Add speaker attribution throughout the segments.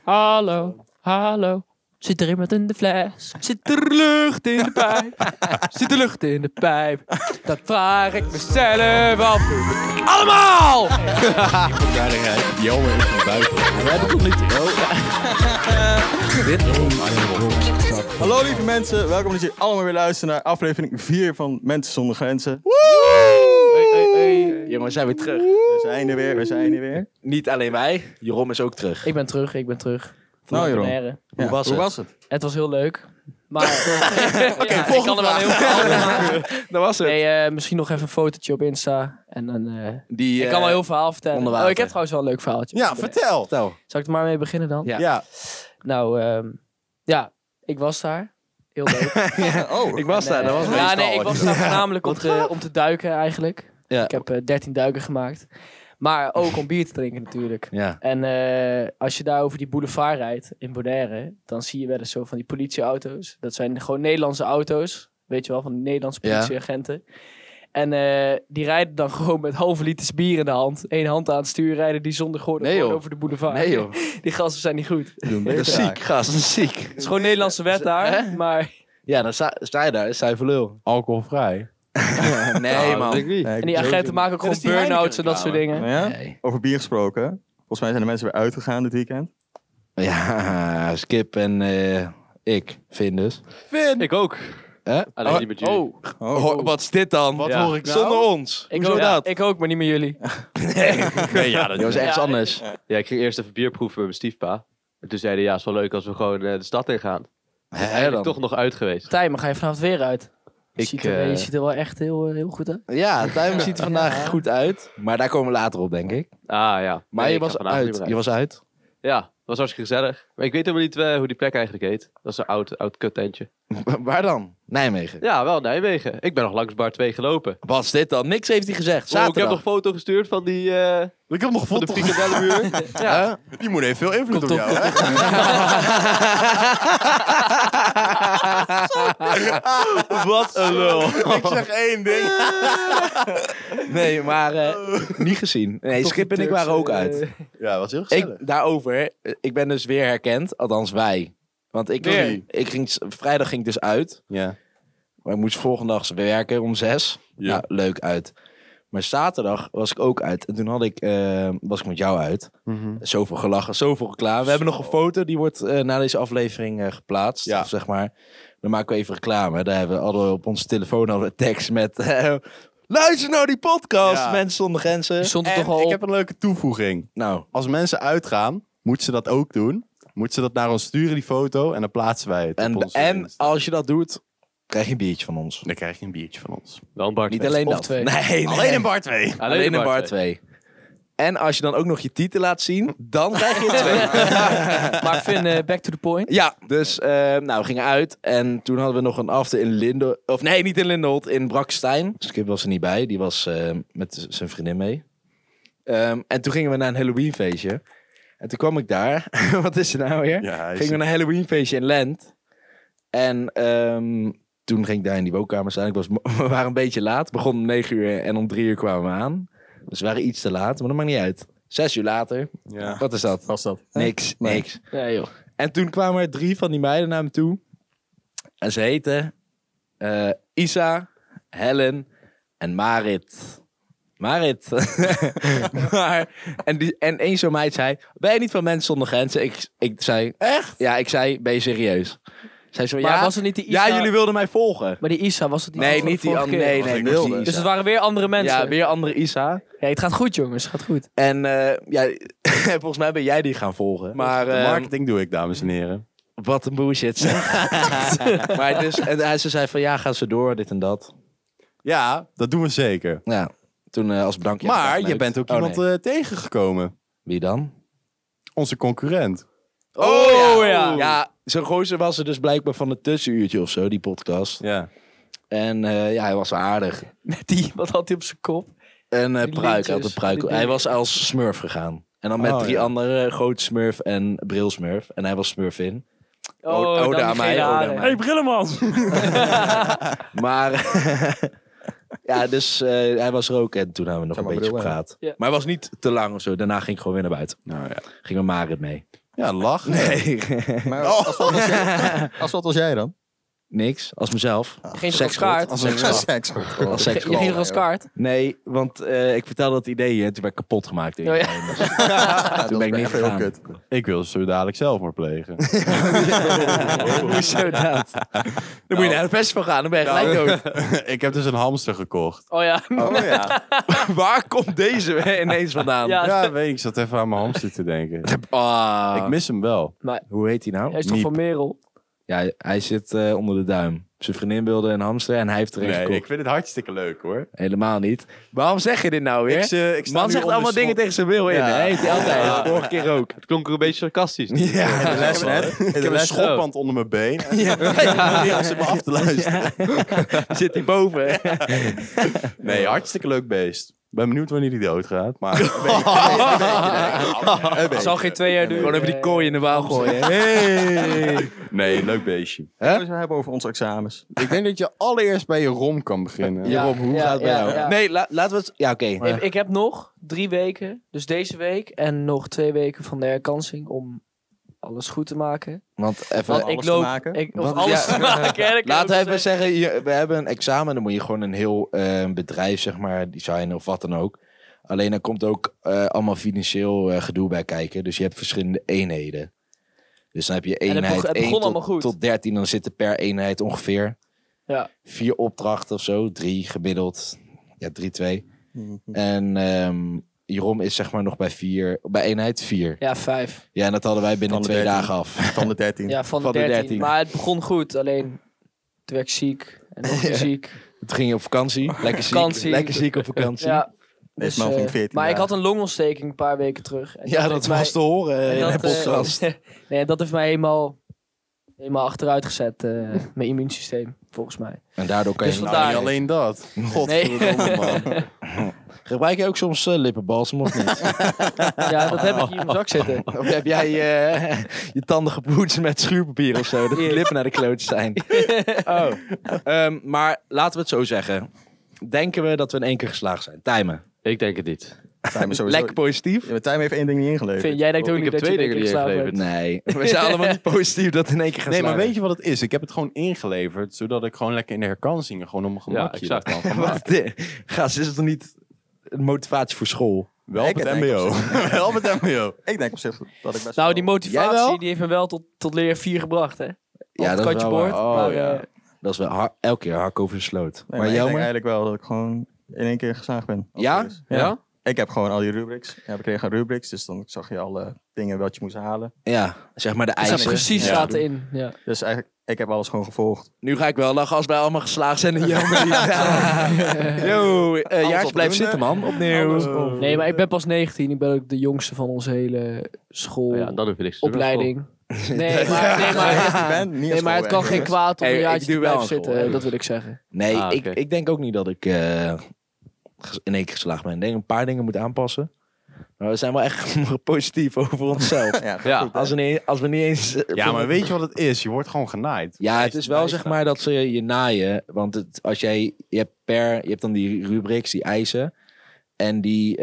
Speaker 1: Hallo, hallo. Zit er iemand in de fles? Zit er lucht in de pijp? Zit er lucht in de pijp? Dat vraag ik mezelf af. Allemaal!
Speaker 2: Jammer is van buiten.
Speaker 3: We hebben tot nu toe.
Speaker 4: Hallo lieve mensen, welkom dat jullie allemaal weer luisteren naar aflevering 4 van Mensen zonder Grenzen.
Speaker 3: Hey. Jongens, we zijn weer terug.
Speaker 4: We zijn er weer.
Speaker 3: Niet alleen wij, Jeroen is ook terug.
Speaker 1: Ik ben terug.
Speaker 4: Nou Jeroen,
Speaker 1: Hoe
Speaker 4: hoe was het?
Speaker 1: Het was heel leuk. Maar
Speaker 4: Oké,
Speaker 1: ik kan er wel heel veel.
Speaker 3: Dat was het.
Speaker 1: Nee, misschien nog even een fotootje op Insta. En dan,
Speaker 3: Die,
Speaker 1: ik kan wel heel verhaal vertellen.
Speaker 3: onder water.
Speaker 1: Ik heb trouwens wel een leuk verhaaltje.
Speaker 4: Ja, vertel.
Speaker 3: Vertel.
Speaker 1: Zal ik er maar mee beginnen dan?
Speaker 3: Ja.
Speaker 1: Nou, ik was daar. Heel leuk.
Speaker 3: Ik was daar, dat was meestal.
Speaker 1: ik was daar voornamelijk om te duiken eigenlijk.
Speaker 3: Ja.
Speaker 1: Ik heb 13 duiken gemaakt. Maar ook om bier te drinken natuurlijk.
Speaker 3: Ja.
Speaker 1: En als je daar over die boulevard rijdt in Bonaire, dan zie je wel eens zo van die politieauto's. Dat zijn gewoon Nederlandse auto's. Weet je wel, van die Nederlandse politieagenten. En die rijden dan gewoon met halve liters bier in de hand. Eén hand aan het stuur rijden die zonder gordel gewoon over de boulevard.
Speaker 3: Nee joh.
Speaker 1: Die gasten zijn niet goed.
Speaker 3: Dat is ziek, gast. Dat is ziek.
Speaker 1: Het is gewoon Nederlandse wet daar. Maar...
Speaker 3: Ja, dan sta je daar. Sta je voor lul.
Speaker 2: Alcoholvrij.
Speaker 3: Nee, man.
Speaker 1: En die agenten maken ook gewoon burn-outs en dat soort dingen.
Speaker 4: Ja?
Speaker 3: Nee.
Speaker 4: Over bier gesproken. Volgens mij zijn de mensen weer uitgegaan dit weekend.
Speaker 3: Ja, Skip en ik, Finn dus.
Speaker 2: Ik ook. Alleen niet met jullie.
Speaker 3: Wat is dit dan?
Speaker 2: Wat hoor ik nou?
Speaker 3: Zonder ons. Hoezo dat?
Speaker 1: Ik ook, maar niet met jullie.
Speaker 2: Nee, ja,
Speaker 3: Dat was echt anders.
Speaker 2: Ja, ik ging eerst even bier proeven met mijn stiefpa. En toen zeiden ja, het is wel leuk als we gewoon de stad in gaan.
Speaker 3: Hè, dan?
Speaker 2: Toch nog uit geweest.
Speaker 1: Tijmen, maar ga je vanavond weer uit? Je ziet er wel echt heel goed uit.
Speaker 3: Ja, Tijmen ziet er vandaag goed uit. Maar daar komen we later op, denk ik.
Speaker 2: Ah ja.
Speaker 3: Maar
Speaker 2: Nee,
Speaker 3: je
Speaker 2: ik ga
Speaker 3: was
Speaker 2: vandaag niet
Speaker 3: uit.
Speaker 2: meer
Speaker 3: Je was uit.
Speaker 2: Ja, dat was hartstikke gezellig. Maar ik weet helemaal niet hoe die plek eigenlijk heet. Dat is een oud kuttentje.
Speaker 3: Waar dan? Nijmegen.
Speaker 2: Ja, wel Nijmegen. Ik ben nog langs bar 2 gelopen.
Speaker 3: Wat is dit dan? Niks heeft hij gezegd.
Speaker 2: Oh, ik heb
Speaker 3: Zaterdag.
Speaker 2: nog een foto gestuurd van die...
Speaker 4: Ik heb nog
Speaker 2: van de frikadellenmuur.
Speaker 3: Ja.
Speaker 4: Die moet even veel invloed op jou, hè?
Speaker 3: Wat een lul.
Speaker 4: Ik zeg één ding.
Speaker 3: Nee, maar niet gezien. Nee, Skip en ik waren ook uit.
Speaker 4: Ja, was heel gezellig.
Speaker 3: Daarover, ik ben dus weer herkend. Althans wij. Want vrijdag ging ik dus uit.
Speaker 4: Ja.
Speaker 3: Maar ik moest volgende dag werken om 6.
Speaker 4: Ja.
Speaker 3: Nou, leuk uit. Maar zaterdag was ik ook uit. En toen was ik met jou uit. Zoveel gelachen, zoveel reclame. We hebben nog een foto, die wordt na deze aflevering geplaatst.
Speaker 4: Ja.
Speaker 3: Of zeg maar, dan maken we even reclame. Daar hebben we op onze telefoon een tekst met... luister nou die podcast,
Speaker 4: Ja.
Speaker 3: Mensen zonder Grenzen.
Speaker 1: Die stond er
Speaker 4: En
Speaker 1: toch al
Speaker 4: ik
Speaker 1: op.
Speaker 4: heb een leuke toevoeging.
Speaker 3: Nou,
Speaker 4: Als mensen uitgaan, moeten ze dat ook doen. Moeten ze dat naar ons sturen, die foto. En dan plaatsen wij het op onze
Speaker 3: en
Speaker 4: Insta.
Speaker 3: als je dat doet, krijg je een biertje van ons.
Speaker 4: Dan krijg je een biertje van ons.
Speaker 2: Wel een bar
Speaker 3: Niet
Speaker 2: 2.
Speaker 3: alleen
Speaker 1: Of
Speaker 3: dat.
Speaker 1: 2.
Speaker 3: Nee,
Speaker 4: Alleen in bar 2.
Speaker 3: Alleen in bar 2. En als je dan ook nog je titel laat zien, dan krijg je 2.
Speaker 1: Maar Finn, back to the point.
Speaker 3: Ja, dus we gingen uit. En toen hadden we nog een after in Linde... Of nee, niet in Lindenholt, in Brakstein. Skip was er niet bij. Die was met zijn vriendin mee. En toen gingen we naar een Halloweenfeestje. En toen kwam ik daar. Wat is er nou weer?
Speaker 4: Ja,
Speaker 3: Gingen we naar een Halloweenfeestje in Lent. En toen ging ik daar in die woonkamer staan. We waren een beetje laat. Het begon om 9 uur en om 3 uur kwamen we aan. Dus we waren iets te laat, maar dat maakt niet uit. 6 uur later.
Speaker 4: Ja.
Speaker 3: Wat is dat?
Speaker 4: Was dat?
Speaker 3: Niks.
Speaker 1: Ja, joh.
Speaker 3: En toen kwamen er 3 van die meiden naar me toe. En ze heten Isa, Helen en Marit. En één zo'n meid zei... Ben je niet van Mensen zonder Grenzen? Ik zei... Echt? Ja, ik zei... Ben je serieus? Zij zo,
Speaker 1: Maar was het niet die Isa?
Speaker 3: Ja, jullie wilden mij volgen.
Speaker 1: Maar die Isa, was het die
Speaker 3: Nee,
Speaker 1: van
Speaker 3: niet
Speaker 1: de
Speaker 3: die
Speaker 1: vorige
Speaker 3: andere.
Speaker 1: keer?
Speaker 3: Nee,
Speaker 4: ik
Speaker 3: niet
Speaker 4: wilde.
Speaker 3: die
Speaker 1: Dus
Speaker 3: Isa.
Speaker 1: het waren weer andere mensen.
Speaker 3: Ja, weer andere Isa.
Speaker 1: Ja, het gaat goed, jongens. Het gaat goed.
Speaker 3: En volgens mij ben jij die gaan volgen. Maar
Speaker 4: De marketing doe ik, dames en heren.
Speaker 3: wat een bullshit. Maar dus, en ze zei van ja, gaan ze door, dit en dat.
Speaker 4: Ja, dat doen we zeker.
Speaker 3: Ja, toen als bedankje.
Speaker 4: Maar je bent ook iemand tegengekomen.
Speaker 3: Wie dan?
Speaker 4: Onze concurrent.
Speaker 1: Oh, ja.
Speaker 3: Ja, zo'n gozer was er dus blijkbaar van een tussenuurtje of zo, die podcast.
Speaker 4: Ja.
Speaker 3: En hij was aardig.
Speaker 1: Met die, wat had hij op zijn kop?
Speaker 3: Een
Speaker 1: Die
Speaker 3: pruik,
Speaker 1: lintjes,
Speaker 3: had een pruik.
Speaker 1: die
Speaker 3: Hij
Speaker 1: dingen.
Speaker 3: was als Smurf gegaan. En dan met
Speaker 4: Oh,
Speaker 3: 3
Speaker 4: ja.
Speaker 3: andere, grote Smurf en bril Smurf. En hij was Smurfin.
Speaker 1: Oh,
Speaker 3: ode
Speaker 1: dan
Speaker 3: aan
Speaker 1: die
Speaker 3: mij,
Speaker 1: gele
Speaker 3: ode aan
Speaker 1: haren.
Speaker 3: mij.
Speaker 2: Brillenman!
Speaker 3: Maar ja, dus hij was er ook en toen hebben we nog
Speaker 4: Zeg
Speaker 3: een
Speaker 4: maar
Speaker 3: beetje
Speaker 4: bril,
Speaker 3: gepraat.
Speaker 1: Ja.
Speaker 3: Maar het was niet te lang of zo. Daarna ging ik gewoon weer naar buiten.
Speaker 4: Nou ja.
Speaker 3: Ging met Marit mee.
Speaker 5: Ja, lachen.
Speaker 3: Nee.
Speaker 4: Maar als wat was jij dan?
Speaker 3: Niks. Als mezelf.
Speaker 1: Je ging toch als
Speaker 3: Seksgod.
Speaker 1: kaart?
Speaker 5: Als een
Speaker 4: Seks.
Speaker 3: Als
Speaker 1: Je
Speaker 3: seksgod.
Speaker 1: ging toch als kaart?
Speaker 3: Nee, want ik vertelde dat idee en toen werd ik kapot gemaakt. Door
Speaker 1: Oh, ja.
Speaker 3: iedereen. Dus toen ben ik niet
Speaker 4: heel
Speaker 3: gegaan.
Speaker 4: kut.
Speaker 5: Ik wil zo dadelijk zelf maar plegen.
Speaker 3: Hoezo dat? Dan moet je naar het festival gaan, dan ben je gelijk dood.
Speaker 5: Ik heb dus een hamster gekocht.
Speaker 1: Oh ja.
Speaker 4: Oh ja.
Speaker 3: Waar komt deze ineens vandaan?
Speaker 1: Ja.
Speaker 5: Ja, weet ik. Ik zat even aan mijn hamster te denken.
Speaker 3: Ah.
Speaker 5: Ik mis hem wel.
Speaker 3: Hoe heet hij nou?
Speaker 1: Hij is toch
Speaker 5: Miep.
Speaker 1: van Merel?
Speaker 3: Ja, hij zit onder de duim. Zijn vriendin wilde een hamster en hij heeft er een
Speaker 5: Nee,
Speaker 3: gekocht.
Speaker 5: ik vind het hartstikke leuk hoor.
Speaker 3: Helemaal niet. Waarom zeg je dit nou weer?
Speaker 5: Ik sta
Speaker 3: Man
Speaker 5: nu
Speaker 3: zegt
Speaker 5: onder
Speaker 3: allemaal
Speaker 5: schot.
Speaker 3: dingen tegen zijn wil in.
Speaker 5: Ja.
Speaker 3: Hè? Heeft hij altijd.
Speaker 5: Ja.
Speaker 3: Vorige keer ook.
Speaker 2: Het klonk ook een beetje sarcastisch.
Speaker 3: Ja,
Speaker 4: De les net.
Speaker 5: Ik heb een schotband onder mijn been.
Speaker 3: Ja.
Speaker 5: Proberen ze me af te luisteren.
Speaker 3: Zit hij boven?
Speaker 5: Nee, hartstikke leuk beest. Ben benieuwd wanneer hij doodgaat. Maar
Speaker 1: Het zal geen 2 jaar duren.
Speaker 3: Gewoon even die kooi in de waal gooien. Hey.
Speaker 5: nee, leuk beestje.
Speaker 4: We hebben over onze examens.
Speaker 5: Ik denk dat je allereerst bij je rom kan beginnen.
Speaker 1: Ja.
Speaker 3: Jeroen, hoe gaat het bij jou?
Speaker 1: ja.
Speaker 3: Nee, laten we het... Ja, oké.
Speaker 1: Ik heb nog 3 weken, dus deze week en nog 2 weken van de herkansing om alles goed te maken.
Speaker 3: Want even...
Speaker 1: Want
Speaker 4: alles
Speaker 1: ik
Speaker 4: te
Speaker 1: loop,
Speaker 4: maken?
Speaker 1: of
Speaker 3: Want-
Speaker 1: alles
Speaker 3: ja.
Speaker 1: te maken. Hè, dat kan
Speaker 3: Laten we
Speaker 1: ik
Speaker 3: even
Speaker 1: wel
Speaker 3: zeggen, we hebben een examen. Dan moet je gewoon een heel bedrijf, zeg maar, design of wat dan ook. Alleen er komt ook allemaal financieel gedoe bij kijken. Dus je hebt verschillende eenheden. Dus dan heb je
Speaker 1: En het
Speaker 3: eenheid
Speaker 1: begon
Speaker 3: 1
Speaker 1: allemaal goed.
Speaker 3: tot 13. Dan zitten per eenheid ongeveer
Speaker 1: Ja.
Speaker 3: 4 opdrachten of zo. 3 gemiddeld. Ja, 3, 2. En Jeroen is zeg maar nog bij eenheid 4.
Speaker 1: Ja, 5.
Speaker 3: Ja, en dat hadden wij binnen
Speaker 4: Van de
Speaker 3: 2
Speaker 4: 13.
Speaker 3: dagen af.
Speaker 4: Van de 13.
Speaker 1: Ja, van
Speaker 3: Van
Speaker 1: de
Speaker 3: de
Speaker 1: 13.
Speaker 3: 13.
Speaker 1: Maar het begon goed, alleen toen werd ik ziek. En nog weer ziek.
Speaker 3: Toen ging je op vakantie. Lekker ziek.
Speaker 1: Vakantie.
Speaker 3: Lekker ziek op vakantie.
Speaker 1: Ja.
Speaker 4: Deze man ging 14
Speaker 1: maar ik had
Speaker 4: dagen.
Speaker 1: een longontsteking een paar weken terug. En
Speaker 3: Ja, dat
Speaker 1: heeft
Speaker 3: was te
Speaker 1: mij-
Speaker 3: horen
Speaker 1: en
Speaker 3: in de
Speaker 1: dat,
Speaker 3: podcast.
Speaker 1: nee, dat heeft mij helemaal achteruit gezet, mijn immuunsysteem, volgens mij.
Speaker 3: En daardoor kan
Speaker 1: Dus
Speaker 3: je...
Speaker 1: vandaar-
Speaker 5: Nou, niet alleen dat. Godverdomme, man.
Speaker 3: Gebruik je ook soms lippenbalsem of niet?
Speaker 1: Ja, dat heb ik hier in mijn zak zitten.
Speaker 3: Of heb jij je tanden gepoetst met schuurpapier of zo? Dat je lippen naar de kloten zijn. Oh. Maar laten we het zo zeggen. Denken we dat we in 1 keer geslaagd zijn? Timen.
Speaker 2: Ik denk het niet.
Speaker 4: Time sowieso.
Speaker 3: Lekker positief.
Speaker 4: Ja, maar Time heeft 1 ding niet ingeleverd.
Speaker 1: Vind, jij denkt ook
Speaker 2: Ik
Speaker 1: niet
Speaker 2: heb
Speaker 1: dat je
Speaker 2: 2
Speaker 1: in één
Speaker 2: dingen
Speaker 1: keer
Speaker 2: die
Speaker 1: geslaagd
Speaker 2: ingeleverd.
Speaker 1: bent?
Speaker 3: Nee, we zijn allemaal niet positief dat we in 1 keer gaan
Speaker 5: Nee, maar
Speaker 3: slagen.
Speaker 5: weet je wat het is? Ik heb het gewoon ingeleverd, zodat ik gewoon lekker in de herkansingen gewoon op mijn gemakje
Speaker 2: exact.
Speaker 5: dat kan gaan maken.
Speaker 3: Gast, is het toch niet een motivatie voor school?
Speaker 5: Wel op
Speaker 4: Ik
Speaker 5: het
Speaker 4: denk
Speaker 5: mbo. Wel op het mbo.
Speaker 4: Ik denk op zich dat ik best
Speaker 1: Nou,
Speaker 4: wel-
Speaker 1: die
Speaker 3: Jij
Speaker 1: motivatie
Speaker 3: wel?
Speaker 1: die heeft me wel tot leer 4 gebracht, hè? Op
Speaker 3: Ja,
Speaker 1: het
Speaker 3: dat is
Speaker 1: kantje
Speaker 3: wel
Speaker 1: boord.
Speaker 3: waar.
Speaker 5: Oh,
Speaker 1: maar,
Speaker 5: ja.
Speaker 3: Dat is wel elke keer hak over de sloot.
Speaker 4: Nee,
Speaker 3: maar
Speaker 4: maar ik denk
Speaker 3: Jelmer?
Speaker 4: eigenlijk wel dat ik gewoon in 1 keer geslaagd ben. Als
Speaker 3: Ja?
Speaker 4: het is.
Speaker 2: Ja?
Speaker 4: Ik heb gewoon al die rubrics. Ja, we kregen rubrics, dus dan zag je alle dingen wat je moest halen.
Speaker 3: Ja, zeg maar de
Speaker 1: het staat
Speaker 3: eisen.
Speaker 1: precies
Speaker 5: Ja.
Speaker 1: staat in. Ja.
Speaker 4: Dus eigenlijk, ik heb alles gewoon gevolgd.
Speaker 3: Nu ga ik wel lachen als wij allemaal geslaagd zijn en Jelmer niet. Yo, jaartje blijf
Speaker 4: opdoen,
Speaker 3: zitten, man. Opnieuw.
Speaker 1: Nee, maar ik ben pas 19. Ik ben ook de jongste van onze hele
Speaker 2: Ja, dan hoef je niks te doen.
Speaker 1: schoolopleiding. Nee, maar
Speaker 4: Niet
Speaker 1: maar het kan geen kwaad om
Speaker 3: Hey,
Speaker 1: een
Speaker 3: ik
Speaker 1: jaartje
Speaker 3: doe
Speaker 1: te
Speaker 3: wel
Speaker 1: blijven
Speaker 3: aan school,
Speaker 1: zitten.
Speaker 3: hè.
Speaker 1: Dat wil ik zeggen.
Speaker 3: Nee,
Speaker 2: Ah, oké.
Speaker 3: ik denk ook niet dat ik in 1 keer geslaagd ben. Ik denk een paar dingen moet aanpassen. Maar we zijn wel echt positief over onszelf.
Speaker 4: Ja,
Speaker 2: Ja.
Speaker 4: goed, hè?
Speaker 3: Als we niet eens...
Speaker 5: Ja, maar weet je wat het is? Je wordt gewoon genaaid.
Speaker 3: Ja, het is wel zeg maar dat ze je naaien. Want als je hebt dan die rubrics, die eisen. En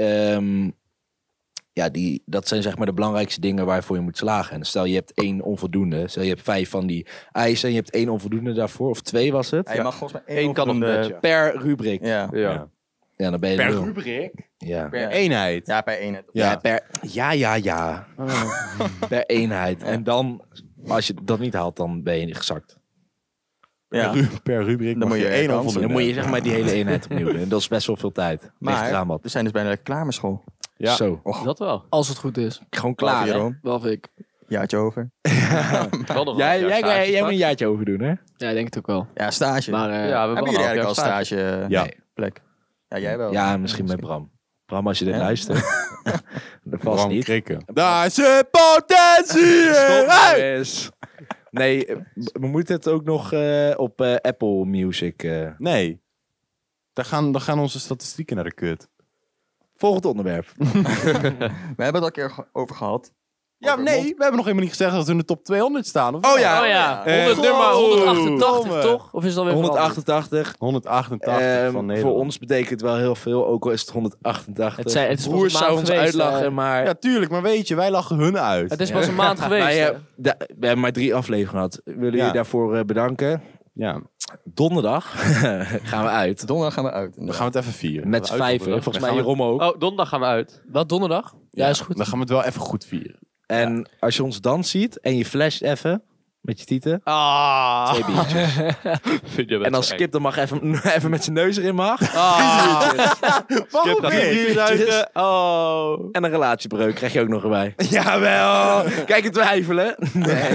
Speaker 3: dat zijn zeg maar de belangrijkste dingen waarvoor je moet slagen. En stel je hebt 1 onvoldoende. Stel je hebt 5 van die eisen en je hebt 1 onvoldoende daarvoor. Of 2 was het.
Speaker 4: Ja, je mag volgens mij 1
Speaker 2: Eén kan nog net, ja.
Speaker 3: Per rubric.
Speaker 4: Ja.
Speaker 2: Ja.
Speaker 3: Ja, dan ben je
Speaker 5: Per
Speaker 3: nul.
Speaker 5: rubriek?
Speaker 3: Ja.
Speaker 5: Per eenheid?
Speaker 4: Ja, per eenheid.
Speaker 3: Ja, ja. Per eenheid. En dan, als je dat niet haalt, dan ben je gezakt.
Speaker 4: Ja.
Speaker 5: Per rubriek
Speaker 4: Dan
Speaker 5: mag
Speaker 4: moet je 1
Speaker 5: onvoldoende.
Speaker 3: Dan moet je zeg maar die hele eenheid opnieuw doen. En dat is best wel veel tijd. Ligt eraan
Speaker 4: Maar
Speaker 3: wat.
Speaker 4: we zijn dus bijna klaar met school.
Speaker 5: Ja.
Speaker 3: Zo.
Speaker 2: Dat wel.
Speaker 1: Als het goed is.
Speaker 3: Gewoon klaar, hè?
Speaker 4: Jeroen.
Speaker 1: Wel vind ik.
Speaker 4: Jaartje over.
Speaker 2: Wel nog
Speaker 3: Jij
Speaker 2: wel een jaar stage
Speaker 3: moet een
Speaker 2: straks.
Speaker 3: jaartje over doen, hè?
Speaker 1: Ja, ik denk het ook wel.
Speaker 4: Ja, stage.
Speaker 1: Maar
Speaker 2: Ja, we
Speaker 4: hebben jullie
Speaker 2: een
Speaker 4: eigenlijk al
Speaker 2: half jaar
Speaker 4: stage
Speaker 5: Ja.
Speaker 4: plek? Ja, jij wel.
Speaker 3: Ja, misschien met Bram. Bram, als je dit
Speaker 4: Ja.
Speaker 3: luistert. Dat vast
Speaker 5: Bram
Speaker 3: niet.
Speaker 5: Krikken.
Speaker 3: Daar zit potentie
Speaker 5: Stop nou
Speaker 3: eens. Nee, we moeten het ook nog op Apple Music.
Speaker 5: Nee. Dan gaan onze statistieken naar de kut.
Speaker 3: Volgend onderwerp.
Speaker 4: We hebben het al een keer over gehad.
Speaker 5: Ja, nee, we hebben nog helemaal niet gezegd dat we in de top 200 staan. Of
Speaker 3: Oh
Speaker 5: wel?
Speaker 3: ja.
Speaker 1: Oh ja,
Speaker 2: nummer
Speaker 1: 188 toch? Of is het alweer
Speaker 3: 188.
Speaker 5: 188 van Nederland.
Speaker 3: Voor ons betekent het wel heel veel, ook al is het 188.
Speaker 1: Het is pas
Speaker 3: Broers
Speaker 1: een maand
Speaker 3: zou ons
Speaker 1: geweest,
Speaker 3: uitlachen, maar...
Speaker 5: Ja, tuurlijk, maar weet je, wij lachen hun uit.
Speaker 1: Het is pas een maand geweest.
Speaker 3: Maar
Speaker 1: hè?
Speaker 3: we hebben maar 3 afleveringen gehad. Willen jullie daarvoor bedanken?
Speaker 5: Ja,
Speaker 3: Donderdag gaan we uit.
Speaker 4: Donderdag gaan we uit.
Speaker 5: dan gaan we het even vieren.
Speaker 3: Met z'n 5, volgens mij
Speaker 5: gaan we-
Speaker 3: Jeroen ook.
Speaker 2: Oh, donderdag gaan we uit.
Speaker 1: Wat, donderdag? Ja, is goed.
Speaker 5: Dan gaan we het wel even goed vieren.
Speaker 3: En als je ons dan ziet en je flasht even met je tieten,
Speaker 2: Ah.
Speaker 3: 2 biertjes.
Speaker 2: Vind je
Speaker 3: En als Skip dan mag even met zijn neus erin mag.
Speaker 2: Skip gaat hier zuigen. Oh.
Speaker 3: En een relatiebreuk krijg je ook nog erbij. Jawel! Kijk het twijfelen. Nee.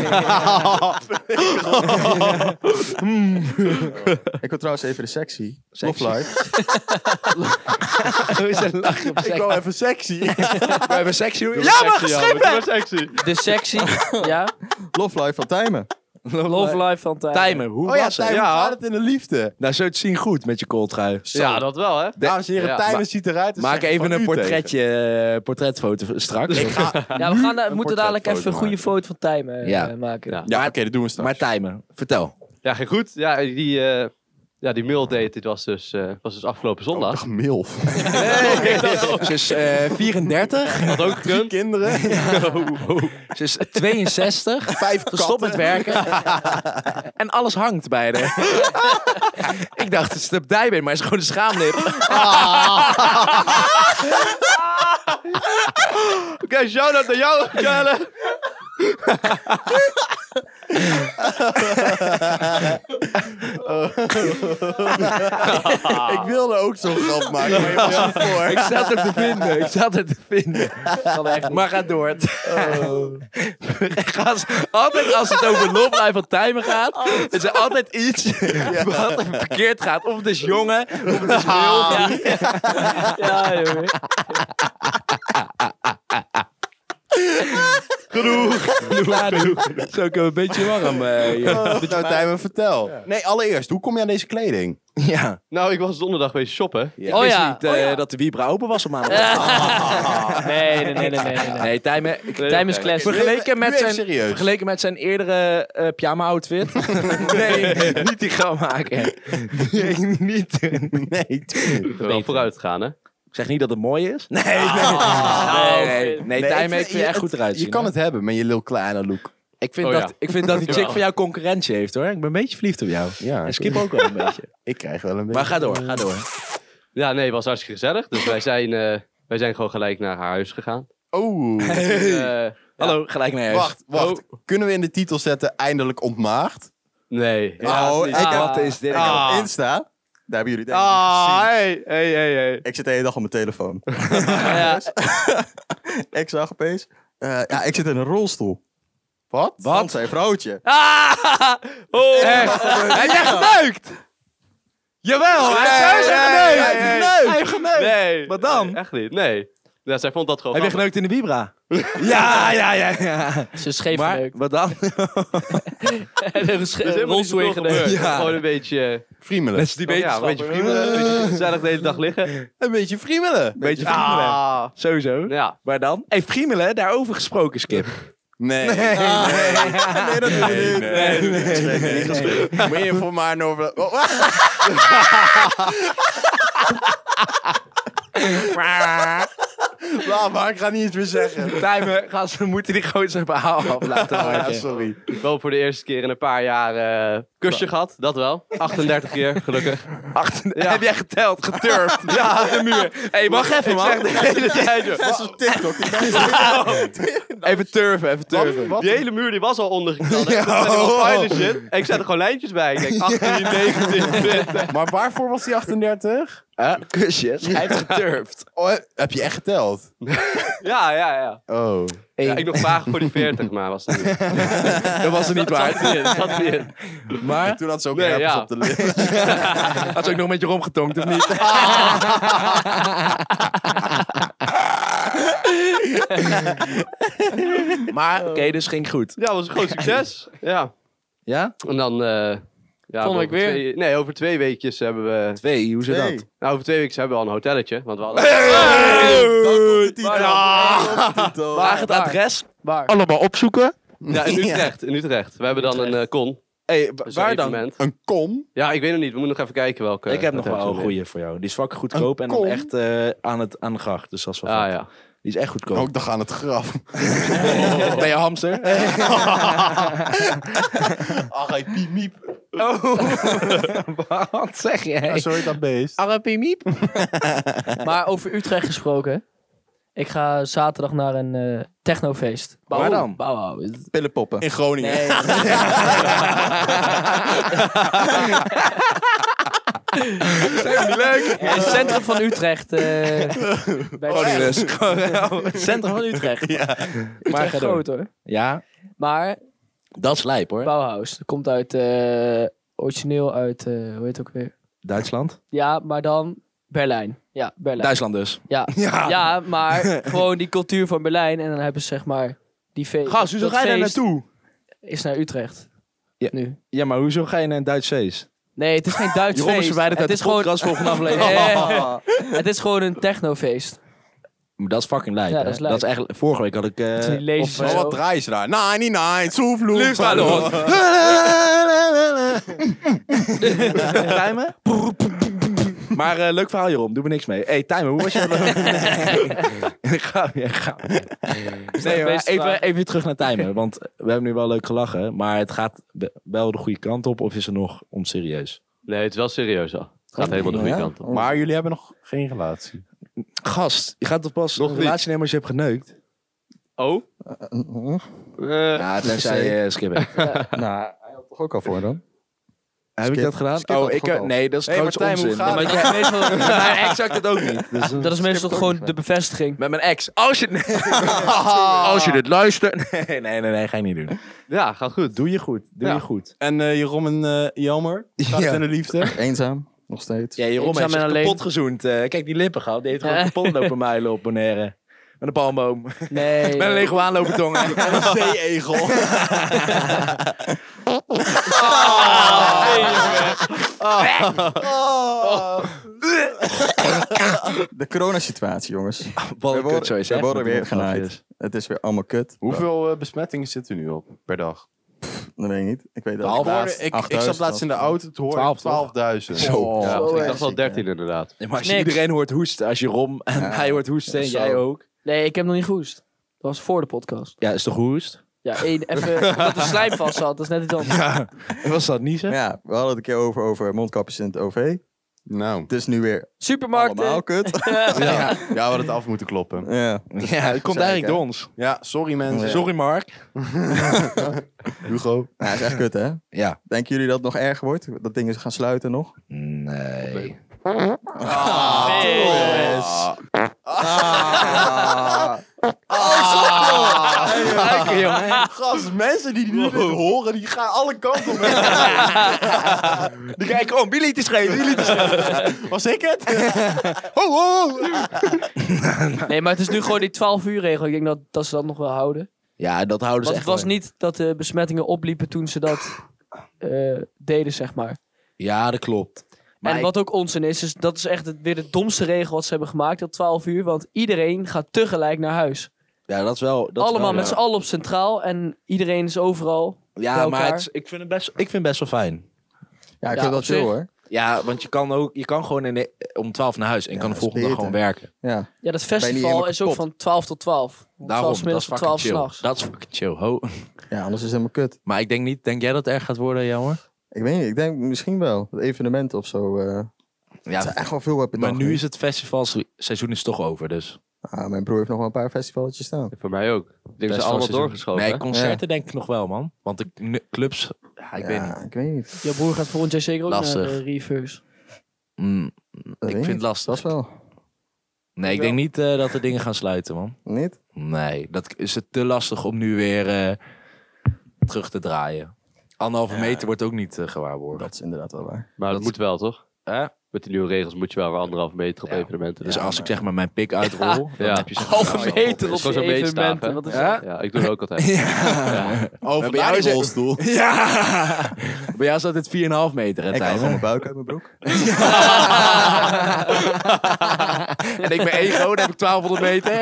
Speaker 4: Ik wil trouwens even de sectie.
Speaker 3: Sexy.
Speaker 4: Love Life.
Speaker 3: Hoe is het lachen op
Speaker 5: Ik
Speaker 3: seks?
Speaker 5: wil even sexy.
Speaker 3: We hebben sexy.
Speaker 2: Doe
Speaker 3: Ja, maar
Speaker 2: sexy,
Speaker 3: geschreven!
Speaker 2: Doe maar sexy.
Speaker 1: De sectie. Ja.
Speaker 4: Love Life van Tijmen.
Speaker 1: Love Life van Tijmen.
Speaker 3: Tijmen, hoe
Speaker 5: Oh ja,
Speaker 3: was het?
Speaker 5: Tijmen,
Speaker 2: Ja.
Speaker 5: hoe gaat het in de liefde?
Speaker 3: Nou, zou je het zien goed met je kooltrui.
Speaker 2: Ja, dat wel, hè?
Speaker 5: Dames en heren,
Speaker 2: Ja,
Speaker 5: Tijmen ziet eruit. als
Speaker 3: Maak
Speaker 5: zeg
Speaker 3: even
Speaker 5: van
Speaker 3: een
Speaker 5: u
Speaker 3: portretje, portretfoto straks.
Speaker 1: Ja, we moeten dadelijk even een goede
Speaker 5: maken.
Speaker 1: foto van Tijmen
Speaker 3: Ja.
Speaker 1: maken.
Speaker 2: Ja.
Speaker 5: Ja, oké, dat doen we straks.
Speaker 3: Maar Tijmen, vertel.
Speaker 2: Ja, ging goed. Ja, die maildate, dit was dus afgelopen zondag.
Speaker 5: Ach, milf.
Speaker 3: Ze is 34.
Speaker 2: Had ook
Speaker 5: Drie
Speaker 2: gekund.
Speaker 5: kinderen.
Speaker 3: Ze is 62.
Speaker 5: 5
Speaker 3: Gestopt met werken. En alles hangt bij haar. Ik dacht, het is een dijbeen, maar het is gewoon een schaamlip.
Speaker 2: Oké, shout-out naar jou, Jelle.
Speaker 5: Ik wilde ook zo'n grap maken, maar je was niet voor.
Speaker 3: Ik zat er te vinden. Maar ga door. Altijd als het over Love Life van Tijmen gaat, is er altijd iets wat verkeerd gaat. Of het is jongen, of het is milf.
Speaker 1: Ja, jongen.
Speaker 3: Genoeg. Zo kunnen we een beetje warm.
Speaker 5: Nou, Tijmen, vertel. Nee, allereerst, hoe kom je aan deze kleding?
Speaker 3: Ja.
Speaker 2: Nou, ik was donderdag weer shoppen.
Speaker 3: Ik
Speaker 1: Oh
Speaker 3: wist
Speaker 1: ja.
Speaker 3: niet dat de Vibra open was op maandag.
Speaker 1: Nee.
Speaker 3: Nee, Tijmen...
Speaker 1: Time is classic.
Speaker 3: Vergeleken met zijn eerdere pyjama-outfit. Nee, niet die gaan maken. Nee, niet.
Speaker 5: Nee, tuurlijk.
Speaker 2: Wel vooruit gaan, hè?
Speaker 3: Ik zeg niet dat het mooi is. Nee,
Speaker 5: Nee,
Speaker 3: Tijmen,
Speaker 5: ik
Speaker 3: ik vind je echt goed eruit zien.
Speaker 5: Je kan
Speaker 3: hè?
Speaker 5: het hebben met je lil kleine look.
Speaker 3: Ik vind,
Speaker 2: Oh,
Speaker 3: dat,
Speaker 2: ja.
Speaker 3: ik vind dat die chick van jou concurrentie heeft, hoor. Ik ben een beetje verliefd op jou.
Speaker 5: Ja,
Speaker 3: En Skip ook wel een beetje.
Speaker 5: Ik krijg wel een beetje...
Speaker 3: Maar ga door.
Speaker 2: Ja, nee, het was hartstikke gezellig. Dus wij zijn gewoon gelijk naar haar huis gegaan.
Speaker 5: Oh.
Speaker 3: Hallo, gelijk naar huis.
Speaker 5: Wacht. Kunnen we in de titel zetten eindelijk ontmaagd?
Speaker 2: Nee.
Speaker 5: Oh, ik heb
Speaker 3: Wat is dit?
Speaker 5: Ik heb
Speaker 2: Ah.
Speaker 5: op Insta. Daar hebben jullie denk ik gezien.
Speaker 2: hey.
Speaker 5: Ik zit de hele dag op mijn telefoon.
Speaker 1: Ja.
Speaker 5: Ik zag opeens... ja, ik zit in een rolstoel. Wat?
Speaker 3: Wat?
Speaker 5: Van zijn vrouwtje.
Speaker 3: Echt? Heb jij geneukt? Jawel, hij heeft geneukt.
Speaker 2: Nee.
Speaker 3: Wat dan?
Speaker 2: Nee, echt niet. Nee. Ja, zij vond dat gewoon
Speaker 3: Heb je
Speaker 2: grappig.
Speaker 3: geneukt in de Vibra? Ja.
Speaker 1: Ze is scheef
Speaker 3: Maar,
Speaker 1: geneukt.
Speaker 3: wat dan?
Speaker 1: En een
Speaker 2: Dus helemaal niet
Speaker 1: rolstoel
Speaker 2: zoveel
Speaker 1: ingeneukt.
Speaker 2: gebeurd.
Speaker 3: Ja.
Speaker 2: Gewoon een beetje...
Speaker 5: Friemelen.
Speaker 3: Mensen die
Speaker 2: Ja, een beetje friemelen. Een beetje gezellig de hele dag liggen.
Speaker 5: Een beetje friemelen.
Speaker 3: Beetje friemelen.
Speaker 2: Ah.
Speaker 3: Sowieso.
Speaker 2: Ja.
Speaker 3: Maar dan? Hey, friemelen, daarover gesproken, Skip.
Speaker 5: Nee. Nee, dat doe je niet. Moet je voor maar over... Laat maar, ik ga niet eens meer zeggen.
Speaker 3: Tijmen, gast, we moeten die gozer verhaal af laten
Speaker 5: Oh, ja,
Speaker 3: maken.
Speaker 5: sorry.
Speaker 2: Wel voor de eerste keer in een paar jaar kusje gehad. Dat wel. 38 keer, gelukkig. Ja.
Speaker 3: Heb jij geteld, geturfd? Ja, de muur. Hey, wacht even, man.
Speaker 2: zeg de hele tijd, joh.
Speaker 5: Dat is op TikTok.
Speaker 3: Even turven.
Speaker 5: Wat?
Speaker 2: Die hele muur die was al ondergeknald. Ja. Dat zijn allemaal fijne shit. En ik zet er gewoon lijntjes bij. Ik denk 18, 19, 20.
Speaker 5: Maar waarvoor was die 38?
Speaker 3: Kusjes. Hij heeft geturfd.
Speaker 5: Oh, heb je echt geteld?
Speaker 2: Ja.
Speaker 5: Oh.
Speaker 2: Ja, ik nog vragen voor die 40, maar was dat niet.
Speaker 3: Dat was er niet
Speaker 2: Dat
Speaker 3: waard.
Speaker 2: zat niet in, dat zat niet in.
Speaker 3: Maar,
Speaker 5: Toen had ze ook
Speaker 2: Nee,
Speaker 5: herpes
Speaker 2: ja.
Speaker 5: op de lippen.
Speaker 3: had ze ook nog met je romgetonkt, of niet? Maar, oké, dus ging goed.
Speaker 2: Ja, was een groot succes. Ja.
Speaker 3: Ja?
Speaker 2: En dan Ja,
Speaker 1: Volgende week weer.
Speaker 2: Over 2 weekjes hebben we...
Speaker 3: 2, hoe zit dat?
Speaker 2: Nou, over 2 weken hebben we al een hotelletje. Want we hadden...
Speaker 3: Waar het adres?
Speaker 1: Waar?
Speaker 3: Allemaal opzoeken.
Speaker 2: Ja, in Utrecht. We hebben dan een con.
Speaker 3: Hey,
Speaker 2: Dus
Speaker 3: waar
Speaker 2: een
Speaker 3: dan?
Speaker 2: evenement.
Speaker 4: Een kom?
Speaker 2: Ja, ik weet nog niet. We moeten nog even kijken welke.
Speaker 3: Ik heb nog wel een
Speaker 2: hotel
Speaker 3: goeie voor jou. Die is fucking goedkoop en dan
Speaker 4: kom?
Speaker 3: echt aan de gracht. Dus dat is wel
Speaker 2: Ah
Speaker 3: vet.
Speaker 2: ja.
Speaker 3: Die is echt goedkoop.
Speaker 4: Ook nog aan het graf.
Speaker 3: Ben je hamster?
Speaker 4: R.I.P. Miep.
Speaker 3: Wat zeg jij?
Speaker 4: Zo heet dat beest.
Speaker 3: R.I.P. Miep?
Speaker 1: Maar over Utrecht gesproken. Ik ga zaterdag naar een technofeest.
Speaker 3: Waar dan?
Speaker 1: Bauhaus.
Speaker 4: Pillenpoppen. In Groningen.
Speaker 1: Nee.
Speaker 3: Leuk.
Speaker 1: In het centrum van Utrecht. Bij
Speaker 3: Groningen dus. Centrum van Utrecht. Ja.
Speaker 1: Utrecht
Speaker 3: ga door.
Speaker 1: groot hoor.
Speaker 3: Ja,
Speaker 1: Maar
Speaker 3: dat is lijp hoor.
Speaker 1: Bauhaus. Dat komt origineel uit, hoe heet het ook weer?
Speaker 3: Duitsland?
Speaker 1: Ja, maar dan Berlijn. Ja, Berlijn.
Speaker 3: Duitsland dus.
Speaker 1: Ja. Ja, maar gewoon die cultuur van Berlijn. En dan hebben ze zeg maar die feest.
Speaker 3: Gast, hoezo ga je daar naartoe?
Speaker 1: Is naar Utrecht.
Speaker 3: Ja.
Speaker 1: Nu.
Speaker 3: Ja, maar hoezo ga je naar een Duits feest?
Speaker 1: Nee, het is geen Duits
Speaker 3: Jeroen is
Speaker 1: feest.
Speaker 3: verwijderd uit
Speaker 1: Het
Speaker 3: de
Speaker 1: is gewoon
Speaker 3: podcast volgende aflevering.
Speaker 1: het is gewoon een technofeest.
Speaker 3: Maar dat is fucking lijp,
Speaker 1: Ja,
Speaker 3: hè?
Speaker 1: dat is lijp.
Speaker 3: Dat is eigenlijk... Vorige week had ik...
Speaker 1: Het is niet lezen.
Speaker 4: Maar wat draaien ze daar? 99, Soefloef.
Speaker 3: Timen? Maar leuk verhaal, Jeroen. Doe er niks mee. Hey, Timen, hoe was je... Ik ga weer. Nee, maar even terug naar Timen. Want we hebben nu wel leuk gelachen. Maar het gaat wel de goede kant op. Of is het nog onserieus?
Speaker 2: Nee, het is wel serieus al. Het gaat helemaal de goede
Speaker 4: Ja?
Speaker 2: kant op.
Speaker 4: Maar jullie hebben nog geen relatie.
Speaker 3: Gast, je gaat toch pas
Speaker 2: Nog
Speaker 3: een
Speaker 2: niet.
Speaker 3: relatie nemen als je hebt geneukt?
Speaker 2: Oh?
Speaker 3: Ja, tenzij skippen.
Speaker 4: Nou, hij had toch ook al voor dan?
Speaker 3: Heb ik dat gedaan?
Speaker 4: Skip had
Speaker 3: Oh,
Speaker 4: toch ook al?
Speaker 3: nee, dat is
Speaker 4: Hey,
Speaker 3: trouwens
Speaker 4: Martijn,
Speaker 3: onzin.
Speaker 4: hoe gaat
Speaker 1: Maar dat is meestal,
Speaker 3: Maar exact het ook niet. Dus,
Speaker 1: dat is meestal
Speaker 4: ook
Speaker 1: gewoon
Speaker 4: niet,
Speaker 1: de bevestiging.
Speaker 3: met mijn ex. Als je dit luistert. Nee, ga je niet doen.
Speaker 2: Ja, gaat goed.
Speaker 3: Doe je goed. Doe
Speaker 2: Ja.
Speaker 3: je goed.
Speaker 4: En Jeroen en Jelmer? Gaat het in de liefde? Eenzaam, nog steeds.
Speaker 3: Ja, Jeroen
Speaker 1: Eenzaam
Speaker 3: heeft zich
Speaker 1: en alleen.
Speaker 3: kapot gezoend. Kijk, die lippen gehad. Die heeft gewoon kapot lopen muilen op Bonaire. Met een palmboom.
Speaker 1: Nee.
Speaker 3: Met een leguaan lopen tongen.
Speaker 4: Een zee-egel. De coronasituatie, jongens.
Speaker 3: Wat
Speaker 4: We
Speaker 3: een kutzooi, zeg.
Speaker 4: worden weer genaaid. Het is weer allemaal kut.
Speaker 5: Hoeveel besmettingen zitten nu op per dag?
Speaker 4: Dat weet ik niet. Ik weet dat
Speaker 3: Twaalf.
Speaker 4: laatst
Speaker 5: Ik
Speaker 4: 8000
Speaker 5: zat laatst in de auto, het hoorde
Speaker 3: 12,
Speaker 5: 12.000.
Speaker 3: Zo.
Speaker 2: Ja,
Speaker 1: Zo
Speaker 2: ik
Speaker 1: erg
Speaker 2: dacht wel
Speaker 4: ziek,
Speaker 2: 13 inderdaad.
Speaker 3: Nee, maar als je
Speaker 1: Niks.
Speaker 3: iedereen hoort hoesten. Als Jeroen en
Speaker 4: Ja.
Speaker 3: hij hoort hoesten en
Speaker 4: Zo.
Speaker 3: jij ook.
Speaker 1: Nee, ik heb nog niet gehoest. Dat was voor de podcast.
Speaker 3: Ja, is toch hoest?
Speaker 1: Ja, even dat de slijm vast zat. Dat is net iets anders.
Speaker 3: Ja. Was dat niet zo?
Speaker 4: Ja, we hadden het een keer over mondkapjes in het OV.
Speaker 5: Nou,
Speaker 4: Het is nu weer
Speaker 1: Supermarkten.
Speaker 4: allemaal kut.
Speaker 5: ja, we hadden het af moeten kloppen.
Speaker 4: Ja.
Speaker 3: Ja, het komt eigenlijk door ons.
Speaker 5: Ja, sorry mensen.
Speaker 4: Ja.
Speaker 3: Sorry, Mark.
Speaker 5: Hugo.
Speaker 4: Nou, is echt kut, hè?
Speaker 3: Ja.
Speaker 4: Denken jullie dat het nog erger wordt? Dat dingen gaan sluiten nog?
Speaker 3: Nee. Lekker, jongen.
Speaker 5: Gast, mensen die nu dit horen, die gaan alle kanten op.
Speaker 3: Die kijken om. Wie liet is geven?
Speaker 5: Was ik het?
Speaker 1: Nee, maar het is nu gewoon die 12 uur regel. Ik denk dat ze dat nog wel houden.
Speaker 3: Ja, dat houden ze
Speaker 1: Want
Speaker 3: echt
Speaker 1: het was
Speaker 3: wel.
Speaker 1: niet dat de besmettingen opliepen toen ze dat deden, zeg maar.
Speaker 3: Ja, dat klopt. Maar
Speaker 1: En wat ook onzin is dat is echt weer de domste regel wat ze hebben gemaakt, dat 12 uur. Want iedereen gaat tegelijk naar huis.
Speaker 3: ja, dat is wel... Dat is
Speaker 1: Allemaal
Speaker 3: wel,
Speaker 1: met z'n allen op centraal en iedereen is overal.
Speaker 3: Ja,
Speaker 1: bij
Speaker 3: maar
Speaker 1: elkaar.
Speaker 3: ik vind het best wel fijn.
Speaker 4: Ja, ik
Speaker 1: Ja,
Speaker 4: vind dat
Speaker 1: op zich.
Speaker 4: chill, hoor.
Speaker 3: Ja, want je kan gewoon om 12 naar huis en
Speaker 4: Ja,
Speaker 3: kan de
Speaker 4: dat is
Speaker 3: volgende dag gewoon
Speaker 4: beter.
Speaker 3: werken.
Speaker 4: Ja.
Speaker 1: Ja, dat
Speaker 4: Ben je niet
Speaker 1: festival
Speaker 4: helemaal
Speaker 1: is ook
Speaker 4: kapot?
Speaker 1: van 12 tot 12.
Speaker 3: Daarom,
Speaker 1: 12 's
Speaker 3: dat is
Speaker 1: middags tot
Speaker 3: fucking
Speaker 1: 12 's
Speaker 3: chill.
Speaker 1: nachts.
Speaker 3: Dat is fucking chill. Ho.
Speaker 4: Ja, anders is het helemaal kut.
Speaker 3: Maar ik denk niet, denk jij dat het erg gaat worden, jammer?
Speaker 4: Ik weet niet, ik denk misschien wel. Dat evenementen of zo. Het
Speaker 3: Ja,
Speaker 4: zijn echt wel veel op de
Speaker 3: maar
Speaker 4: dag,
Speaker 3: nu
Speaker 4: hè?
Speaker 3: is het festivalseizoen is toch over, dus.
Speaker 4: Ah, mijn broer heeft nog wel een paar festivalletjes staan.
Speaker 2: Voor mij ook. Ik denk dat ze allemaal
Speaker 3: Festivalseizoen.
Speaker 2: doorgeschoven.
Speaker 3: Nee,
Speaker 2: hè?
Speaker 3: concerten denk ik nog wel, man. Want de clubs, ja, ik weet niet.
Speaker 4: Ik weet niet.
Speaker 1: Jouw broer gaat volgend jaar zeker ook
Speaker 3: Lastig.
Speaker 1: naar de Reverse.
Speaker 3: Mm,
Speaker 4: Dat
Speaker 3: ik
Speaker 4: weet
Speaker 3: vind
Speaker 4: niet.
Speaker 3: het lastig.
Speaker 4: Dat is wel.
Speaker 3: Nee, ik denk niet dat de dingen gaan sluiten, man.
Speaker 4: Niet?
Speaker 3: Nee, dat is het te lastig om nu weer terug te draaien. 1,5 meter wordt ook niet gewaarborgd.
Speaker 4: Dat is inderdaad wel waar.
Speaker 2: Maar dat moet wel, toch? Met die nieuwe regels moet je wel weer 1,5 meter op evenementen.
Speaker 3: Dus als ik zeg maar mijn pik uitrol, dan heb je zo'n
Speaker 1: 1,5 meter op
Speaker 2: Gewoon
Speaker 1: die
Speaker 2: zo'n
Speaker 1: evenementen.
Speaker 2: meetstaaf,
Speaker 1: Wat is
Speaker 3: hè?
Speaker 1: dat?
Speaker 2: Ja, ik doe het ook altijd.
Speaker 5: Over
Speaker 3: bij jou
Speaker 5: bij
Speaker 3: is het-
Speaker 5: rolstoel.
Speaker 3: Ja! Bij jou staat het 4,5 meter, hè,
Speaker 5: Ik haal
Speaker 3: Tijmen?
Speaker 5: gewoon mijn buik uit mijn broek.
Speaker 3: En ik ben ego, dan heb ik 1200 meter.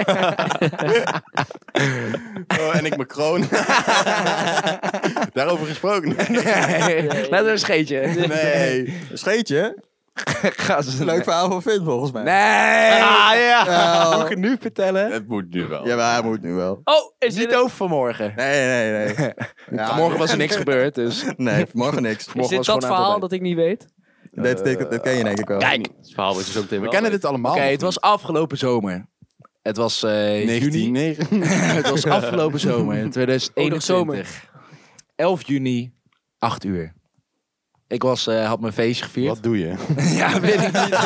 Speaker 5: Oh, en ik mijn kroon. Daarover gesproken.
Speaker 3: Nee, net een scheetje.
Speaker 5: Nee. Scheetje?
Speaker 3: Ga ze
Speaker 5: Leuk verhaal van Finn, volgens mij.
Speaker 3: Nee!
Speaker 5: Ja.
Speaker 3: Moet ik het nu vertellen?
Speaker 5: Het moet nu wel. Ja, maar hij moet nu wel.
Speaker 1: Oh, is
Speaker 3: Niet
Speaker 1: dit,
Speaker 3: over vanmorgen.
Speaker 5: Nee. Ja,
Speaker 3: Vanmorgen was er niks gebeurd, dus...
Speaker 5: Nee, morgen niks.
Speaker 1: is
Speaker 3: morgen
Speaker 1: dit
Speaker 3: was
Speaker 1: dat
Speaker 3: gewoon
Speaker 1: verhaal
Speaker 3: aan
Speaker 1: dat ik niet weet?
Speaker 5: Dat ken je denk ik wel.
Speaker 3: Kijk,
Speaker 2: Het verhaal moet je zo meteen
Speaker 5: We
Speaker 2: wel
Speaker 5: kennen
Speaker 2: weten.
Speaker 5: dit allemaal.
Speaker 3: oké, het was afgelopen zomer. Het was juni.
Speaker 5: 1909.
Speaker 3: Het was afgelopen zomer, 2021.
Speaker 1: zomer.
Speaker 3: 11 juni, 8 uur. Ik had mijn feestje gevierd.
Speaker 5: Wat doe je?
Speaker 3: Ja, weet ik niet.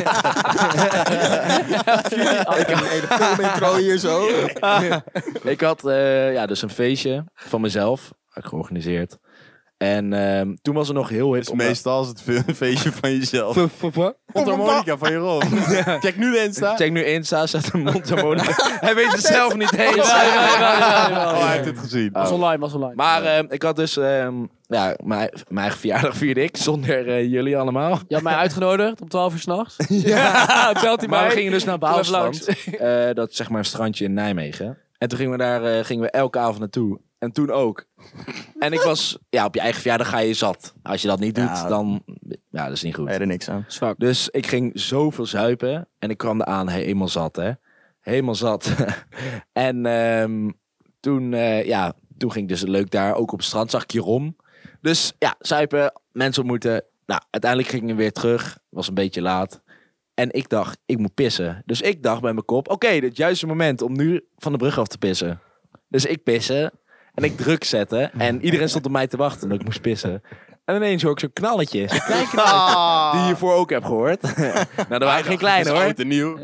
Speaker 5: Ik heb een hele filmintro hier zo.
Speaker 3: Ik had dus een feestje van mezelf georganiseerd. En toen was er nog heel hip.
Speaker 5: Dus meestal is het een feestje van jezelf.
Speaker 3: Wat?
Speaker 5: Mondharmonica van Jeroen. Check nu de Insta.
Speaker 3: Check nu Insta, zet een mondharmonica. Hij weet het zelf niet eens.
Speaker 5: Oh, hij heeft het gezien.
Speaker 1: Was online.
Speaker 3: Maar ik had dus... mijn eigen verjaardag vierde ik, zonder jullie allemaal.
Speaker 1: Je had mij uitgenodigd om 12 uur s'nachts. Ja, belt hij
Speaker 3: Maar we
Speaker 1: mij.
Speaker 3: gingen dus naar
Speaker 1: Kom even
Speaker 3: Baalstrand. Dat is zeg maar een strandje in Nijmegen. En toen gingen we elke avond naartoe. En toen ook. En ik was... Ja, op je eigen verjaardag ga je zat. Als je dat niet doet,
Speaker 5: Ja.
Speaker 3: dan... Ja, dat is niet goed.
Speaker 5: Nee, er niks aan.
Speaker 1: Zwak.
Speaker 3: Dus ik ging zoveel zuipen. En ik kwam eraan helemaal zat, hè. Helemaal zat. En toen ging ik dus leuk daar. Ook op het strand zag ik Jeroen. Dus ja, zuipen, mensen ontmoeten. Nou, uiteindelijk ging ik weer terug. Was een beetje laat. En ik dacht, ik moet pissen. Dus ik dacht bij mijn kop, oké, dit is het juiste moment om nu van de brug af te pissen. Dus ik pissen. En ik druk zetten. En iedereen stond op mij te wachten dat ik moest pissen. En ineens hoor ik zo'n knalletje. Zo'n klein knalletje. Die je hiervoor ook hebt gehoord. Nou, dat waren geen kleine hoor.
Speaker 5: Oud en nieuw.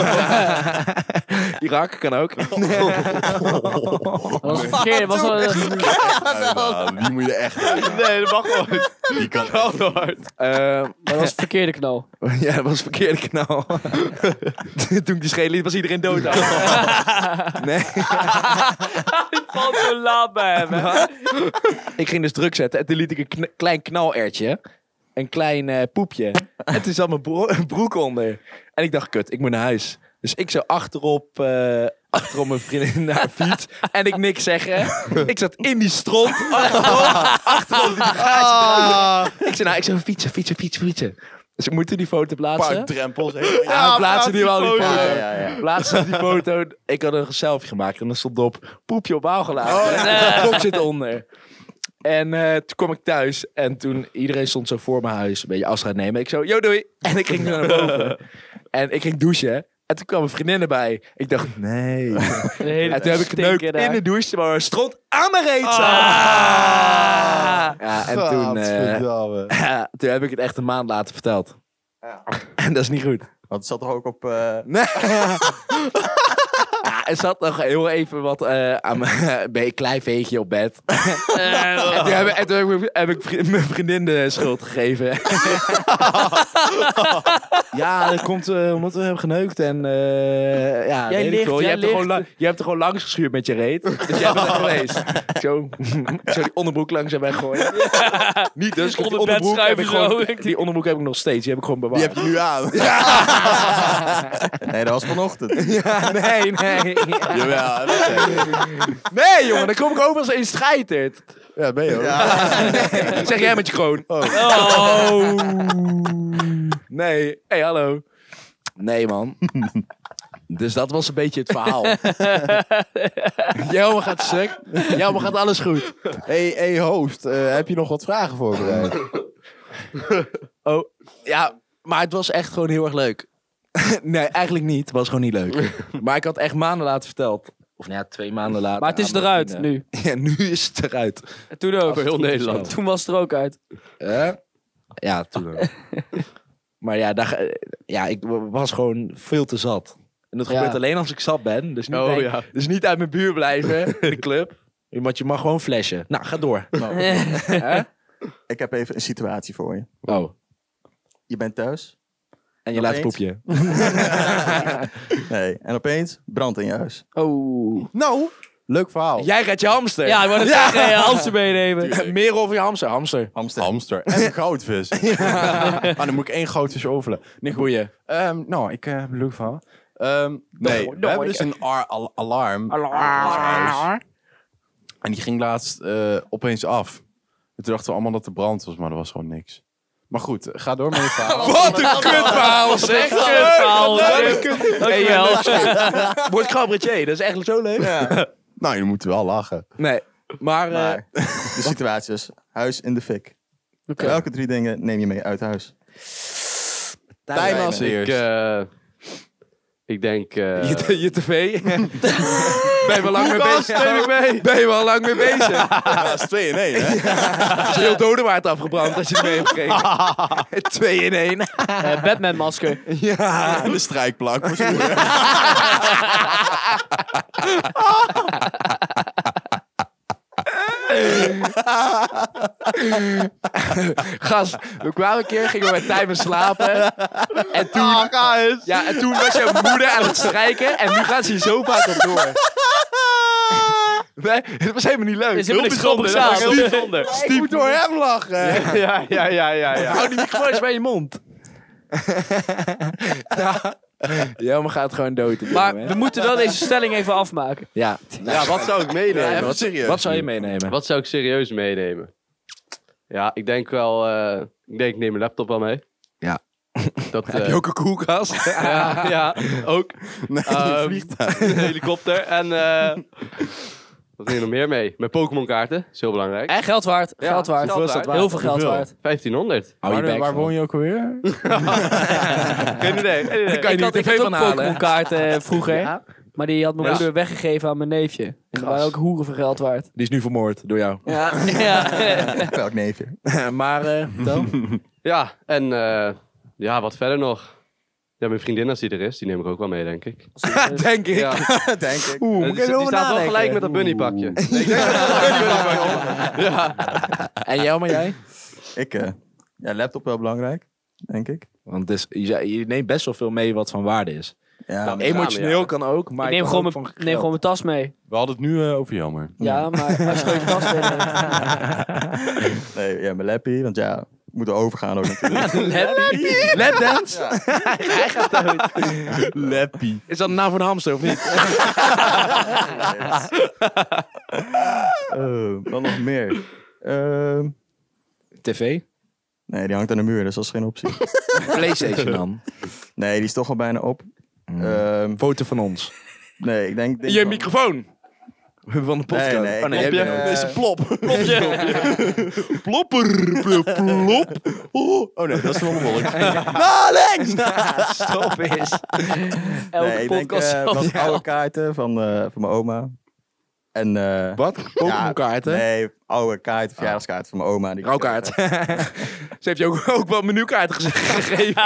Speaker 3: Irak kan ook.
Speaker 1: Dat was verkeerd. Was wel,
Speaker 5: Die moet je echt.
Speaker 2: Nee, dat mag gewoon.
Speaker 5: Die kan
Speaker 1: dat was een verkeerde knal.
Speaker 3: Ja, dat was een verkeerde knal. Toen ik die scheen liet, was iedereen dood. Nee.
Speaker 1: Valt zo laat bij hem. Hè?
Speaker 3: Ik ging dus druk zetten en toen liet ik een klein knalertje. Een klein poepje. En toen zat mijn broek onder. En ik dacht, kut, ik moet naar huis. Dus ik zo achterop mijn vriendin naar de fiets. En ik niks zeggen. Ik zat in die stront. Achterop die bagage. Ik zei, fietsen. Dus ik moet toen die foto plaatsen.
Speaker 5: Parkdrempels.
Speaker 3: Ja, we plaatsen die wel die foto.
Speaker 5: Ja.
Speaker 3: Plaatsen die foto. Ik had een selfie gemaakt en er stond op poepje op gelaten. De kop zit onder. En toen kwam ik thuis en toen iedereen stond zo voor mijn huis een beetje afscheid nemen. Ik zo, yo doei. En ik ging naar boven. En ik ging douchen. En toen kwam een vriendin erbij. Ik dacht, nee. En toen heb ik geneukt in de douche, maar er stront aan mijn reet zat. Ja, en toen heb ik het echt een maand later verteld.
Speaker 5: Ja.
Speaker 3: En dat is niet goed.
Speaker 5: Want het zat toch ook op...
Speaker 3: Nee. Ja, er zat nog heel even wat aan mijn klein veetje op bed. En toen heb ik mijn vriendin de schuld gegeven. Ja, dat komt omdat we hebben geneukt. En ja,
Speaker 1: Jij
Speaker 3: weet ik
Speaker 1: ligt,
Speaker 3: veel.
Speaker 1: jij
Speaker 3: Je hebt er gewoon langs geschuurd met je reet. Dus jij bent er geweest. Zo die onderbroek langs hebben gegooid. Niet dus. Die
Speaker 1: Onder bed
Speaker 3: die onderbroek heb ik nog steeds. Die heb ik gewoon bewaard.
Speaker 5: Die heb je nu aan. Nee, dat was vanochtend.
Speaker 3: Ja, nee.
Speaker 5: Jawel.
Speaker 3: Nee, jongen, dan kom ik over als een scheiterd.
Speaker 5: Ja, ben je hoor.
Speaker 3: Zeg jij met je kroon. Nee. Hey, hallo. Nee, man. Dus dat was een beetje het verhaal. Jelmer gaat stuk. Jelmer gaat alles goed.
Speaker 5: Hey host, heb je nog wat vragen voorbereid?
Speaker 3: Oh, ja, maar het was echt gewoon heel erg leuk. Nee, eigenlijk niet. Het was gewoon niet leuk. Maar ik had echt maanden later verteld. Of nou ja, 2 maanden later.
Speaker 1: Maar het is
Speaker 3: aan mijn
Speaker 1: eruit
Speaker 3: vrienden.
Speaker 1: nu.
Speaker 3: Ja, nu is het eruit.
Speaker 1: En toen ook.
Speaker 3: Voor heel Nederland.
Speaker 1: Toen was het er ook uit.
Speaker 3: Ja, toen ook. Maar ja, ik was gewoon veel te zat. En dat gebeurt alleen als ik zat ben. Dus niet, dus niet uit mijn buurt blijven in de club. Want je mag gewoon flashen. Nou, ga door.
Speaker 5: Ik heb even een situatie voor je.
Speaker 3: Oh.
Speaker 5: Je bent thuis.
Speaker 3: En je laat poepje.
Speaker 4: Nee, en opeens brand in je huis.
Speaker 1: Oh.
Speaker 5: Nou, leuk verhaal.
Speaker 3: Jij redt je hamster.
Speaker 1: Ja, ik wou het zeggen, hamster meenemen.
Speaker 3: Meer over je hamster. Hamster.
Speaker 4: Hamster.
Speaker 5: En een goudvis. Maar dan moet ik 1 goudvis overlen. Nee, goed.
Speaker 3: Goeie.
Speaker 5: Nou, ik heb een leuk verhaal. Nee, we hebben dus een alarm. En die ging laatst opeens af. En toen dachten we allemaal dat er brand was, maar er was gewoon niks. Maar goed, ga door met je verhaal.
Speaker 3: Wat een kutverhaal, zeg.
Speaker 1: Kutverhaal. Dankjewel.
Speaker 3: Word cabaretier, dat is echt zo leuk.
Speaker 5: Ja. Nou, je moet wel lachen.
Speaker 3: Nee, maar
Speaker 4: de situatie is huis in de fik.
Speaker 1: Oké.
Speaker 4: Welke 3 dingen neem je mee uit huis?
Speaker 5: Tijmen als eerst.
Speaker 2: Ik denk...
Speaker 3: je tv. Ben je wel lang mee bezig?
Speaker 2: neem ik mee.
Speaker 3: Ben je wel lang mee bezig?
Speaker 5: Ja, dat is 2 in 1, hè?
Speaker 3: Als je heel dodewaard afgebrand als je het mee hebt gekregen. 2 in 1.
Speaker 1: Batman masker.
Speaker 3: Ja.
Speaker 5: En de strijkplank. voor zo'n-
Speaker 3: Gast, we kwamen een keer, gingen we met Tijmen slapen. En toen, ja, en toen was jouw moeder aan het strijken. En nu gaat ze hier zo vaak op door. Nee, het was helemaal niet leuk.
Speaker 1: Is helemaal niks grappigs
Speaker 2: Dat was
Speaker 1: aan.
Speaker 2: heel bijzonder.
Speaker 5: Ik moet door hem lachen.
Speaker 2: Ja.
Speaker 3: Hou die microfoon eens bij je mond. Ja, maar gaat gewoon dood.
Speaker 1: Maar we moeten wel deze stelling even afmaken.
Speaker 3: Ja.
Speaker 2: Ja, wat zou ik meenemen?
Speaker 5: Ja, even serieus.
Speaker 3: Wat zou je meenemen?
Speaker 2: Wat zou ik serieus meenemen? Ja, ik denk wel... ik neem mijn laptop wel mee.
Speaker 3: Ja.
Speaker 2: Dat,
Speaker 3: Heb je ook een koelkast?
Speaker 2: ja, ook.
Speaker 5: Nee,
Speaker 2: Ehm,
Speaker 5: vliegtuig.
Speaker 2: Een helikopter. En wat neem je nog meer mee? Mijn Pokémon kaarten. Is heel belangrijk.
Speaker 1: En geld waard.
Speaker 2: Ja,
Speaker 1: Geld waard.
Speaker 2: geld waard.
Speaker 1: Heel veel geld
Speaker 5: Hoeveel?
Speaker 1: waard.
Speaker 2: 1500.
Speaker 3: Hou je bek
Speaker 5: Waar
Speaker 3: van.
Speaker 5: woon je ook alweer?
Speaker 2: Geen idee.
Speaker 3: Kan je
Speaker 1: Ik
Speaker 3: niet
Speaker 1: had
Speaker 3: tv
Speaker 1: ook
Speaker 3: van halen, hè?
Speaker 1: Pokémon kaarten vroeger.
Speaker 3: Ja.
Speaker 1: Maar die had mijn
Speaker 2: Ja.
Speaker 1: moeder weggegeven aan mijn neefje. En die waren ook hoeren voor geld waard.
Speaker 3: Die is nu vermoord door jou.
Speaker 1: Ja. Ja.
Speaker 4: Welk neefje?
Speaker 3: Maar, vertel.
Speaker 2: Ja, en ja, wat verder nog? Ja, mijn vriendin als die er is, die neem ik ook wel mee, denk ik.
Speaker 3: Denk ik.
Speaker 2: Ja.
Speaker 4: Denk ik.
Speaker 3: Oeh,
Speaker 2: Die staat wel gelijk met dat bunnypakje. Ja.
Speaker 3: En jij, maar jij?
Speaker 4: Ik, ja, laptop wel belangrijk, denk ik.
Speaker 3: Want het is, je neemt best wel veel mee wat van waarde is.
Speaker 4: Ja,
Speaker 2: Nou,
Speaker 3: Emotioneel
Speaker 2: ja.
Speaker 3: kan ook, maar
Speaker 1: Ik
Speaker 3: je
Speaker 1: neem
Speaker 3: kan
Speaker 1: gewoon,
Speaker 3: ook
Speaker 1: mijn,
Speaker 3: van
Speaker 1: neem
Speaker 3: geld.
Speaker 1: gewoon mijn tas mee.
Speaker 5: We hadden het nu over Jelmer.
Speaker 1: Ja, maar als je gewoon je tas meeneemt.
Speaker 4: nee, ja, mijn lappie, want ja, we moeten overgaan ook natuurlijk.
Speaker 3: Lapdance? Hij gaat dood.
Speaker 5: Lappie.
Speaker 3: Is dat een naam voor een hamster of niet?
Speaker 4: Wat nog meer?
Speaker 3: TV?
Speaker 4: Nee, die hangt aan de muur, dus dat is geen optie.
Speaker 3: PlayStation dan?
Speaker 4: Nee, die is toch al bijna op.
Speaker 3: Foto van ons.
Speaker 4: Nee, ik denk...
Speaker 3: Je microfoon. Van de podcast.
Speaker 4: Nee,
Speaker 3: oh, nee,
Speaker 4: knopje.
Speaker 3: heb je nog.
Speaker 4: Deze
Speaker 5: plop. Plopper. Plop. Oh nee, dat is wel een wolk.
Speaker 3: Alex! Stop eens.
Speaker 1: Elke
Speaker 4: Nee, ik denk
Speaker 1: podcast.
Speaker 4: wat oude kaarten van mijn oma. En,
Speaker 3: Wat? Pokémon-kaarten?
Speaker 4: Nee, oude kaarten, verjaardagskaarten van mijn oma. Die
Speaker 3: Rouwkaart. Ze heeft je ook wel menukaarten gegeven.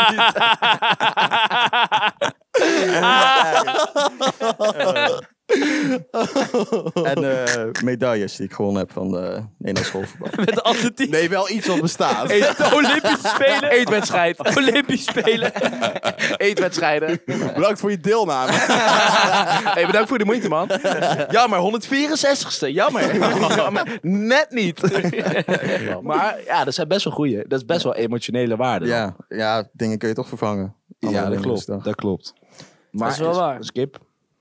Speaker 4: En medailles die ik gewonnen heb van de Nederlands schoolvoetbal.
Speaker 1: Met de atletiek.
Speaker 5: Nee, wel iets wat bestaat.
Speaker 1: De Olympische Spelen.
Speaker 3: Eetwedstrijd.
Speaker 1: Olympische Spelen.
Speaker 3: Eetwedstrijden.
Speaker 5: Bedankt voor je deelname.
Speaker 3: Hey, bedankt voor de moeite, man. Jammer, 164ste. Jammer. Jammer. Net niet. Maar ja, dat zijn best wel goeie. Dat is best wel emotionele waarde.
Speaker 4: Ja, ja, dingen kun je toch vervangen.
Speaker 3: Ja,
Speaker 4: Andere
Speaker 3: dat
Speaker 4: dingen
Speaker 3: klopt.
Speaker 4: is toch-
Speaker 3: Dat klopt. Maar
Speaker 1: is wel waar.
Speaker 3: Skip.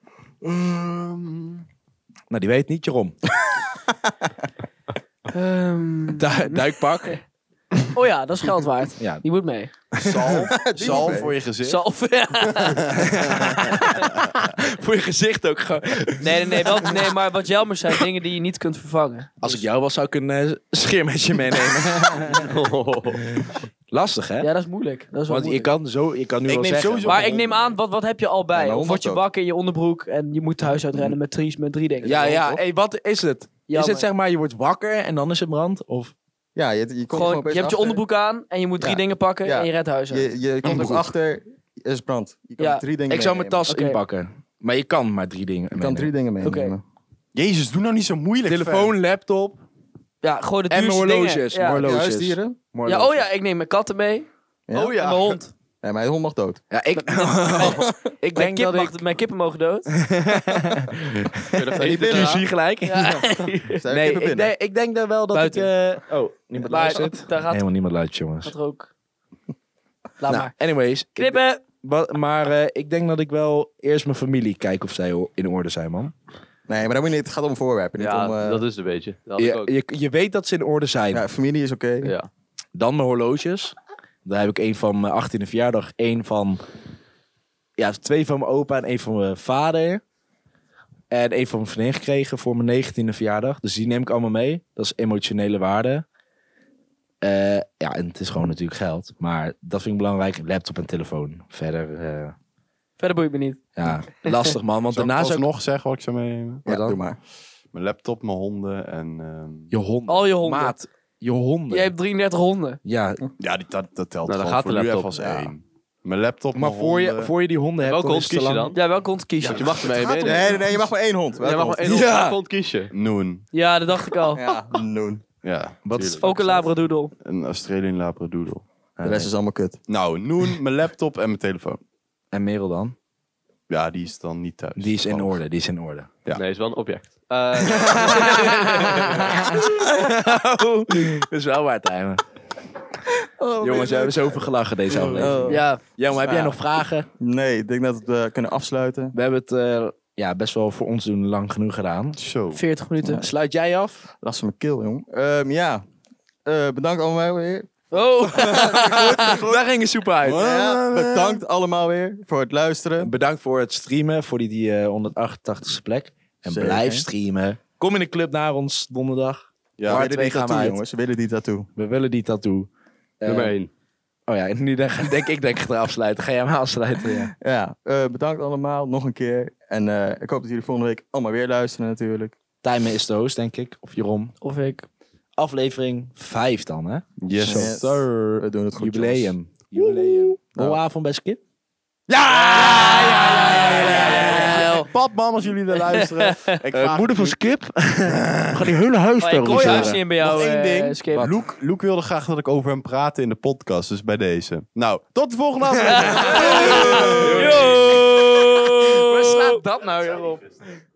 Speaker 3: Nou, die weet niet, Jeroen. Duikpak.
Speaker 1: Oh ja, dat is geld waard.
Speaker 3: Ja.
Speaker 1: Die moet mee.
Speaker 5: Zalf voor je gezicht.
Speaker 1: Zalf.
Speaker 3: Voor je gezicht ook gewoon.
Speaker 1: Nee, nee, maar wat Jelmer zei, dingen die je niet kunt vervangen.
Speaker 3: Als ik jou was, zou ik een scheermesje meenemen. Lastig, hè?
Speaker 1: Ja, dat is moeilijk. Dat is wel
Speaker 3: Want je
Speaker 1: moeilijk.
Speaker 3: kan nu
Speaker 5: Ik
Speaker 3: wel
Speaker 5: neem
Speaker 3: zeggen.
Speaker 5: sowieso-
Speaker 1: Maar ik neem aan, wat heb je al bij?
Speaker 4: Ja,
Speaker 1: Of word je
Speaker 4: ook.
Speaker 1: wakker in je onderbroek en je moet huis uitrennen met drie dingen.
Speaker 3: Ja. Hey, wat is het?
Speaker 1: Ja,
Speaker 3: Is het
Speaker 1: maar-
Speaker 3: zeg maar, je wordt wakker en dan is het brand? Of?
Speaker 4: Ja, je komt
Speaker 1: Gewoon,
Speaker 4: opeens
Speaker 1: je hebt je
Speaker 4: achter.
Speaker 1: onderbroek aan en je moet 3
Speaker 4: Ja.
Speaker 1: dingen pakken
Speaker 4: Ja.
Speaker 1: en je redt huis uit.
Speaker 4: Je komt ook achter, er is brand. Je kan
Speaker 1: Ja.
Speaker 4: 3 dingen
Speaker 3: Ik zou mijn
Speaker 4: meenemen.
Speaker 3: tas
Speaker 1: Oké.
Speaker 3: inpakken. Maar je kan maar 3 dingen.
Speaker 4: Je kan 3 dingen meenemen.
Speaker 5: Jezus, doe nou niet zo moeilijk.
Speaker 3: Telefoon, laptop
Speaker 1: Ja, gewoon de
Speaker 3: en
Speaker 1: duurste
Speaker 3: horloges.
Speaker 1: dingen. Ja.
Speaker 3: Horloges.
Speaker 4: Huisdieren?
Speaker 1: Ja, oh ja, ik neem mijn katten mee
Speaker 4: Ja?
Speaker 2: Oh
Speaker 1: en mijn hond.
Speaker 4: Nee, mijn hond mag dood.
Speaker 3: Ja, ik denk dat ik...
Speaker 1: Mijn kippen mogen dood.
Speaker 4: Niet binnen.
Speaker 3: QC gelijk. Nee, ik denk dat wel dat ik... niemand luistert.
Speaker 1: Daar gaat,
Speaker 3: Helemaal niemand luistert, jongens.
Speaker 1: gaat er ook. Laat
Speaker 3: Nou,
Speaker 1: maar.
Speaker 3: anyways.
Speaker 1: Knippen!
Speaker 3: Maar ik denk dat ik wel eerst mijn familie kijk of zij in orde zijn, man.
Speaker 4: Nee, maar dat moet je niet. Het gaat om voorwerpen. Niet
Speaker 2: Ja,
Speaker 4: om,
Speaker 2: dat is een beetje. Dat had ik ook.
Speaker 3: Je weet dat ze in orde zijn.
Speaker 4: ja, familie is oké.
Speaker 2: Ja.
Speaker 3: Dan mijn horloges. Daar heb ik één van mijn 18e verjaardag. Één van... Ja, 2 van mijn opa en 1 van mijn vader. En 1 van mijn vriendin gekregen voor mijn 19e verjaardag. Dus die neem ik allemaal mee. Dat is emotionele waarde. Ja, en het is gewoon natuurlijk geld. Maar dat vind ik belangrijk. Laptop en telefoon. Verder...
Speaker 1: Verder boeit me niet.
Speaker 3: Ja, lastig man. Want
Speaker 5: Zou ik
Speaker 3: daarna zou ik...
Speaker 5: nog zeggen wat ik zou meenemen?
Speaker 4: Ja,
Speaker 3: dan?
Speaker 4: doe maar.
Speaker 5: Mijn laptop, mijn honden en...
Speaker 3: Je honden.
Speaker 1: Al je honden.
Speaker 3: Maat, je honden.
Speaker 1: Jij hebt 33 honden.
Speaker 3: Ja,
Speaker 5: Ja, dat telt
Speaker 2: dan
Speaker 5: gewoon
Speaker 2: gaat de
Speaker 5: voor nu
Speaker 2: laptop.
Speaker 5: even als
Speaker 2: Ja.
Speaker 5: 1. Mijn laptop,
Speaker 3: maar
Speaker 5: mijn
Speaker 3: voor
Speaker 5: honden...
Speaker 3: je die honden hebt...
Speaker 2: Welke
Speaker 3: dan
Speaker 2: hond
Speaker 3: is het
Speaker 2: kies je
Speaker 3: te
Speaker 2: dan?
Speaker 1: Ja, welke hond kies je?
Speaker 2: Want je mag ermee mee.
Speaker 4: Nee, je mag maar 1 hond.
Speaker 2: Jij mag maar één
Speaker 3: Ja.
Speaker 2: hond. Welke kies je?
Speaker 5: Noon.
Speaker 1: Ja, dat dacht ik al.
Speaker 4: Ja, noen.
Speaker 5: Ja,
Speaker 3: Wat is-
Speaker 5: tuurlijk.
Speaker 1: Ook een labradoodle.
Speaker 5: Een Australian Labradoodle.
Speaker 4: De rest is allemaal kut.
Speaker 5: Nou, Noon, mijn laptop en mijn telefoon.
Speaker 3: En Merel dan?
Speaker 5: Ja, die is dan niet thuis.
Speaker 3: Die is in
Speaker 5: Toevallig.
Speaker 3: orde, die is in orde.
Speaker 5: Ja.
Speaker 2: Nee, is wel een object.
Speaker 3: Dat is wel waar, Tijmen. Jongens, we hebben zoveel gelachen deze aflevering.
Speaker 1: Ja.
Speaker 3: Ja, maar heb jij
Speaker 4: Ja.
Speaker 3: nog vragen?
Speaker 4: Nee, ik denk dat we kunnen afsluiten.
Speaker 3: We hebben het best wel voor ons doen lang genoeg gedaan.
Speaker 5: Zo.
Speaker 1: 40 minuten.
Speaker 3: Sluit jij af?
Speaker 4: Last van mijn keel, jong. Ja. Bedankt allemaal weer.
Speaker 1: Oh!
Speaker 3: Daar ging het super uit.
Speaker 4: Ja, bedankt allemaal weer voor het luisteren.
Speaker 3: Bedankt voor het streamen, voor die 188ste plek. En
Speaker 4: Zeker.
Speaker 3: blijf streamen. Kom in de club naar ons donderdag.
Speaker 5: Ja,
Speaker 3: Waar
Speaker 4: We willen
Speaker 3: twee
Speaker 4: die
Speaker 3: gaan we
Speaker 4: tattoo,
Speaker 3: uit.
Speaker 4: jongens. We willen die tattoo.
Speaker 3: We willen die tattoo.
Speaker 2: Nummer 1.
Speaker 3: Oh ja, en nu denk ik het afsluiten. Ga jij hem afsluiten? Ja.
Speaker 4: Ja, bedankt allemaal. Nog een keer. En ik hoop dat jullie volgende week allemaal weer luisteren natuurlijk.
Speaker 3: Tijmen is de host, denk ik. Of Jeroen.
Speaker 1: Of ik.
Speaker 3: Aflevering 5 dan, hè?
Speaker 5: Yes,
Speaker 4: Yes.
Speaker 5: sir.
Speaker 4: We doen het goed,
Speaker 3: Jubileum. Jubileum.
Speaker 4: Nou.
Speaker 3: Mooie avond, beste kip.
Speaker 5: Pap, mam, als jullie er luisteren. Ik vraag
Speaker 3: Moeder van Skip. Ga die hele huis
Speaker 1: Oh, ik gooi huis niet in bij jou.
Speaker 5: Nog één ding.
Speaker 1: Skip.
Speaker 5: Luke wilde graag dat ik over hem praatte in de podcast, dus bij deze. Nou, tot de volgende aflevering.
Speaker 3: Waar slaat dat nou weer op?